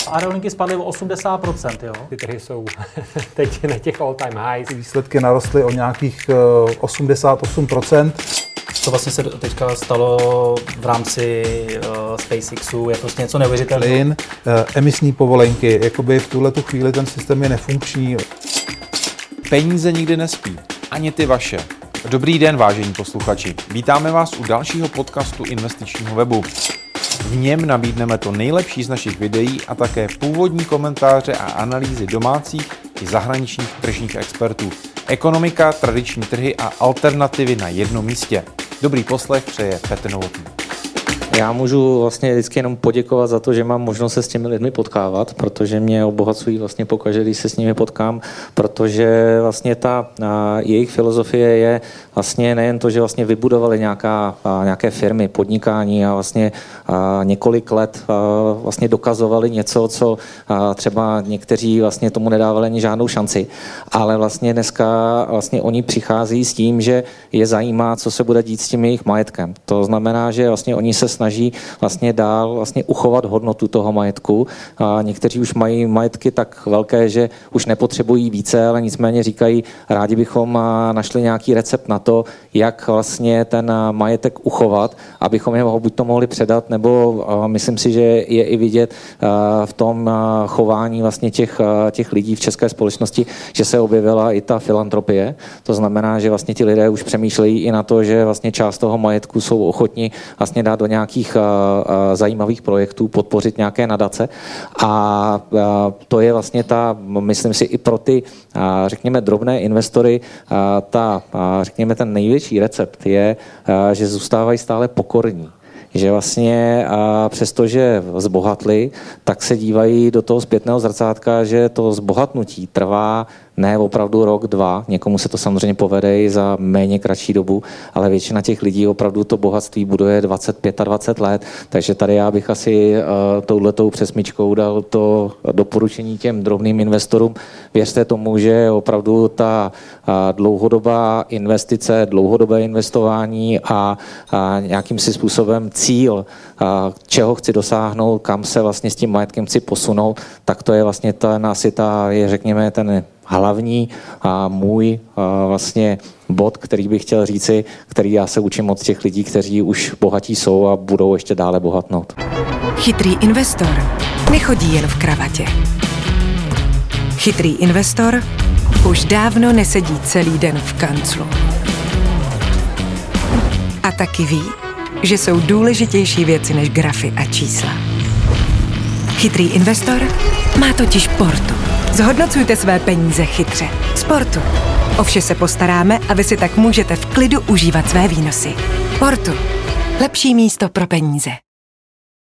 Aerolinky spadly o 80%, jo. Ty trhy jsou teď na těch all-time highs. Výsledky narostly o nějakých 88%. Co vlastně se teďka stalo v rámci SpaceXu, je prostě něco neuvěřitelného. Emisní povolenky, jakoby v tuhletu chvíli ten systém je nefunkční. Peníze nikdy nespí, ani ty vaše. Dobrý den, vážení posluchači. Vítáme vás u dalšího podcastu investičního webu. V něm nabídneme to nejlepší z našich videí a také původní komentáře a analýzy domácích i zahraničních tržních expertů. Ekonomika, tradiční trhy a alternativy na jednom místě. Dobrý poslech přeje Petr Novotný. Já můžu vlastně vždycky jenom poděkovat za to, že mám možnost se s těmi lidmi potkávat, protože mě obohacují vlastně pokaždé, když se s nimi potkám, protože vlastně ta jejich filozofie je vlastně nejen to, že vlastně vybudovali nějaké firmy, podnikání a vlastně několik let vlastně dokazovali něco, co třeba někteří vlastně tomu nedávali ani žádnou šanci, ale vlastně dneska vlastně oni přichází s tím, že je zajímá, co se bude dít s tím jejich majetkem. To znamená, že vlastně oni se snaží vlastně dál vlastně uchovat hodnotu toho majetku. A někteří už mají majetky tak velké, že už nepotřebují více, ale nicméně říkají, rádi bychom našli nějaký recept na to, jak vlastně ten majetek uchovat, abychom je buď to mohli předat, nebo myslím si, že je i vidět v tom chování vlastně těch lidí v české společnosti, že se objevila i ta filantropie. To znamená, že vlastně ti lidé už přemýšlejí i na to, že vlastně část toho majetku jsou ochotní vlastně dát do nějakých zajímavých projektů, podpořit nějaké nadace. A to je vlastně myslím si i pro ty, řekněme, drobné investory, řekněme, ten největší recept je, že zůstávají stále pokorní. Že vlastně přestože zbohatli, tak se dívají do toho zpětného zrcátka, že to zbohatnutí trvá ne opravdu rok, dva, někomu se to samozřejmě povede i za méně kratší dobu, ale většina těch lidí opravdu to bohatství buduje 20-25 let, takže tady já bych asi touhletou přesmičkou dal to doporučení těm drobným investorům. Věřte tomu, že opravdu ta dlouhodobá investice, dlouhodobé investování a nějakým si způsobem cíl, čeho chci dosáhnout, kam se vlastně s tím majetkem chci posunout, tak to je vlastně řekněme, ten hlavní můj vlastně bod, který bych chtěl říci, který já se učím od těch lidí, kteří už bohatí jsou a budou ještě dále bohatnout. Chytrý investor nechodí jen v kravatě. Chytrý investor už dávno nesedí celý den v kanclu. A taky ví, že jsou důležitější věci než grafy a čísla. Chytrý investor má totiž Portu. Zhodnocujte své peníze chytře. Sportu. O vše se postaráme a vy si tak můžete v klidu užívat své výnosy. Portu. Lepší místo pro peníze.